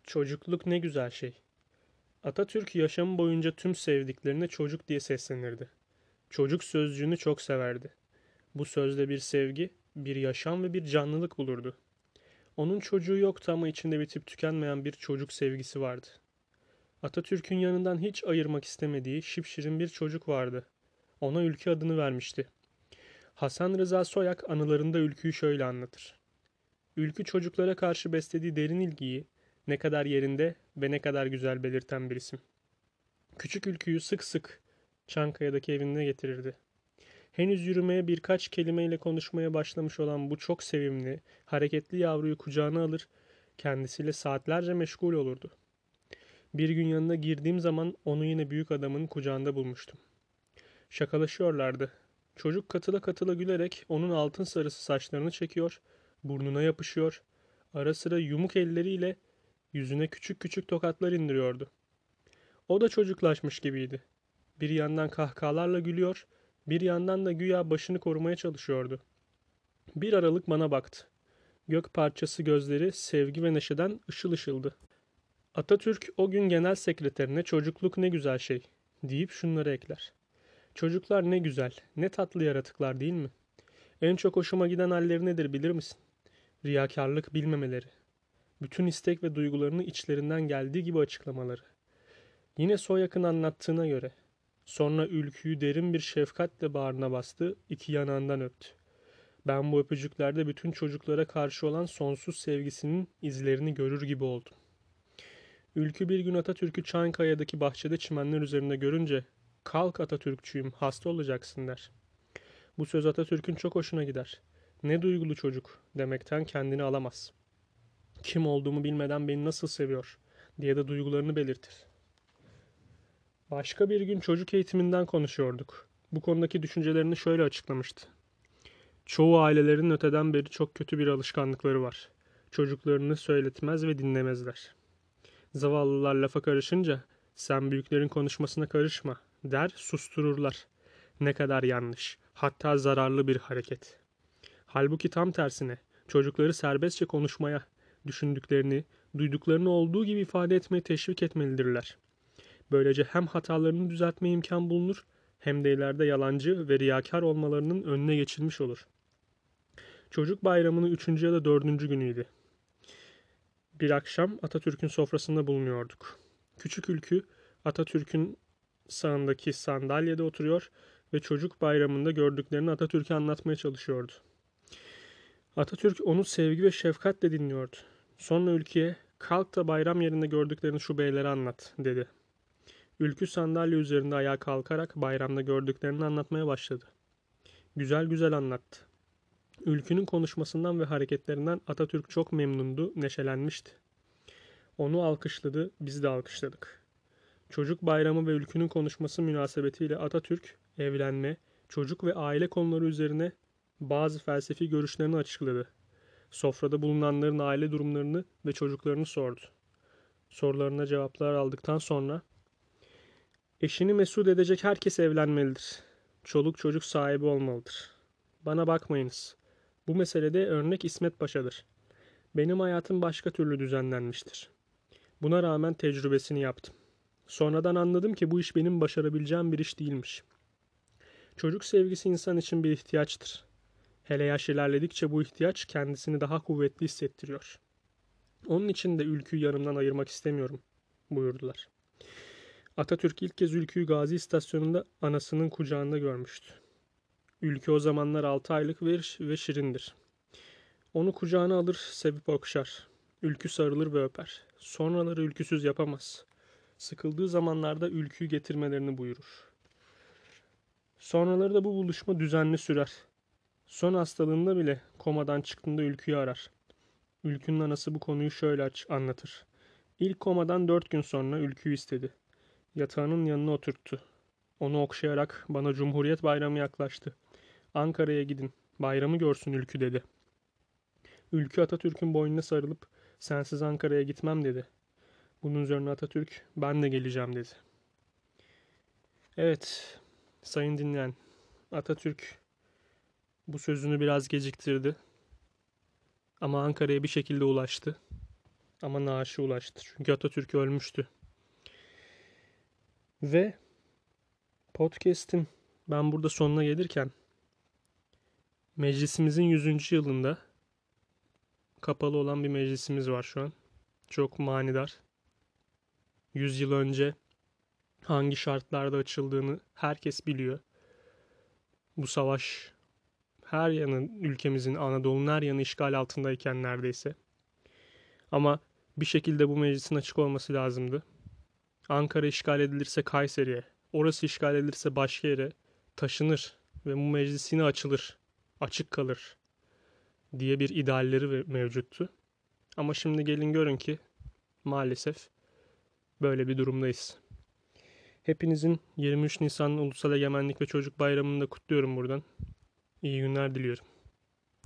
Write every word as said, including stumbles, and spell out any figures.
Çocukluk ne güzel şey. Atatürk yaşamı boyunca tüm sevdiklerine çocuk diye seslenirdi. Çocuk sözcüğünü çok severdi. Bu sözde bir sevgi, bir yaşam ve bir canlılık bulurdu. Onun çocuğu yoktu ama içinde bitip tükenmeyen bir çocuk sevgisi vardı. Atatürk'ün yanından hiç ayırmak istemediği şipşirin bir çocuk vardı. Ona Ülke adını vermişti. Hasan Rıza Soyak anılarında Ülkü'yü şöyle anlatır. Ülkü çocuklara karşı beslediği derin ilgiyi ne kadar yerinde ve ne kadar güzel belirten bir isim. Küçük Ülkü'yü sık sık Çankaya'daki evine getirirdi. Henüz yürümeye birkaç kelimeyle konuşmaya başlamış olan bu çok sevimli, hareketli yavruyu kucağına alır, kendisiyle saatlerce meşgul olurdu. Bir gün yanına girdiğim zaman onu yine büyük adamın kucağında bulmuştum. Şakalaşıyorlardı. Çocuk katıla katıla gülerek onun altın sarısı saçlarını çekiyor, burnuna yapışıyor, ara sıra yumuk elleriyle yüzüne küçük küçük tokatlar indiriyordu. O da çocuklaşmış gibiydi. Bir yandan kahkahalarla gülüyor, bir yandan da güya başını korumaya çalışıyordu. Bir aralık bana baktı. Gök parçası gözleri sevgi ve neşeden ışıl ışıldı. Atatürk o gün genel sekreterine çocukluk ne güzel şey deyip şunları ekler. Çocuklar ne güzel, ne tatlı yaratıklar değil mi? En çok hoşuma giden halleri nedir bilir misin? Riyakarlık bilmemeleri. Bütün istek ve duygularını içlerinden geldiği gibi açıklamaları. Yine Soyak'ın anlattığına göre. Sonra Ülkü'yü derin bir şefkatle bağrına bastı, iki yanağından öptü. Ben bu öpücüklerde bütün çocuklara karşı olan sonsuz sevgisinin izlerini görür gibi oldum. Ülkü bir gün Atatürk'ü Çankaya'daki bahçede çimenler üzerinde görünce "Kalk Atatürkçüyüm, hasta olacaksın." der. Bu söz Atatürk'ün çok hoşuna gider. Ne duygulu çocuk demekten kendini alamaz. Kim olduğumu bilmeden beni nasıl seviyor diye de duygularını belirtir. Başka bir gün çocuk eğitiminden konuşuyorduk. Bu konudaki düşüncelerini şöyle açıklamıştı. Çoğu ailelerin öteden beri çok kötü bir alışkanlıkları var. Çocuklarını söyletmez ve dinlemezler. Zavallılar lafa karışınca sen büyüklerin konuşmasına karışma der sustururlar. Ne kadar yanlış, hatta zararlı bir hareket. Halbuki tam tersine çocukları serbestçe konuşmaya, düşündüklerini, duyduklarını olduğu gibi ifade etmeye teşvik etmelidirler. Böylece hem hatalarını düzeltme imkan bulunur hem de ileride yalancı ve riyakar olmalarının önüne geçilmiş olur. Çocuk bayramının üçüncü ya da dördüncü günüydü. Bir akşam Atatürk'ün sofrasında bulunuyorduk. Küçük Ülkü Atatürk'ün sağındaki sandalyede oturuyor ve çocuk bayramında gördüklerini Atatürk'e anlatmaya çalışıyordu. Atatürk onu sevgi ve şefkatle dinliyordu. Sonra Ülkü'ye "Kalk da bayram yerinde gördüklerini şu beylere anlat." dedi. Ülkü sandalye üzerinde ayağa kalkarak bayramda gördüklerini anlatmaya başladı. Güzel güzel anlattı. Ülkünün konuşmasından ve hareketlerinden Atatürk çok memnundu, neşelenmişti. Onu alkışladı, biz de alkışladık. Çocuk bayramı ve ülkünün konuşması münasebetiyle Atatürk, evlenme, çocuk ve aile konuları üzerine bazı felsefi görüşlerini açıkladı. Sofrada bulunanların aile durumlarını ve çocuklarını sordu. Sorularına cevaplar aldıktan sonra eşini mesut edecek herkes evlenmelidir. Çoluk çocuk sahibi olmalıdır. Bana bakmayınız. Bu meselede örnek İsmet Paşa'dır. Benim hayatım başka türlü düzenlenmiştir. Buna rağmen tecrübesini yaptım. Sonradan anladım ki bu iş benim başarabileceğim bir iş değilmiş. Çocuk sevgisi insan için bir ihtiyaçtır. Hele yaş ilerledikçe bu ihtiyaç kendisini daha kuvvetli hissettiriyor. Onun için de Ülkü'yü yanımdan ayırmak istemiyorum, buyurdular. Atatürk ilk kez Ülkü'yü Gazi İstasyonu'nda anasının kucağında görmüştü. Ülkü o zamanlar altı aylık ve şirindir. Onu kucağına alır, sevip okşar. Ülkü sarılır ve öper. Sonraları ülküsüz yapamaz. Sıkıldığı zamanlarda Ülkü'yü getirmelerini buyurur. Sonraları da bu buluşma düzenli sürer. Son hastalığında bile komadan çıktığında Ülkü'yü arar. Ülkü'nün anası bu konuyu şöyle anlatır. İlk komadan dört gün sonra Ülkü'yü istedi. Yatağının yanına oturttu. Onu okşayarak bana Cumhuriyet Bayramı yaklaştı. Ankara'ya gidin, bayramı görsün Ülkü dedi. Ülkü Atatürk'ün boynuna sarılıp sensiz Ankara'ya gitmem dedi. Bunun üzerine Atatürk ben de geleceğim dedi. Evet, sayın dinleyen, Atatürk bu sözünü biraz geciktirdi ama Ankara'ya bir şekilde ulaştı. Ama naaşı ulaştı. Çünkü Atatürk ölmüştü. Ve podcast'in ben burada sonuna gelirken meclisimizin yüzüncü yılında kapalı olan bir meclisimiz var şu an. Çok manidar. yüz yıl önce hangi şartlarda açıldığını herkes biliyor. Bu savaş her yanı ülkemizin, Anadolu'nun her yanı işgal altındayken neredeyse. Ama bir şekilde bu meclisin açık olması lazımdı. Ankara işgal edilirse Kayseri'ye, orası işgal edilirse başka yere taşınır ve bu meclis yine açılır, açık kalır diye bir idealleri mevcuttu. Ama şimdi gelin görün ki maalesef böyle bir durumdayız. Hepinizin yirmi üç Nisan Ulusal Egemenlik ve Çocuk Bayramı'nı da kutluyorum buradan. İyi günler diliyorum.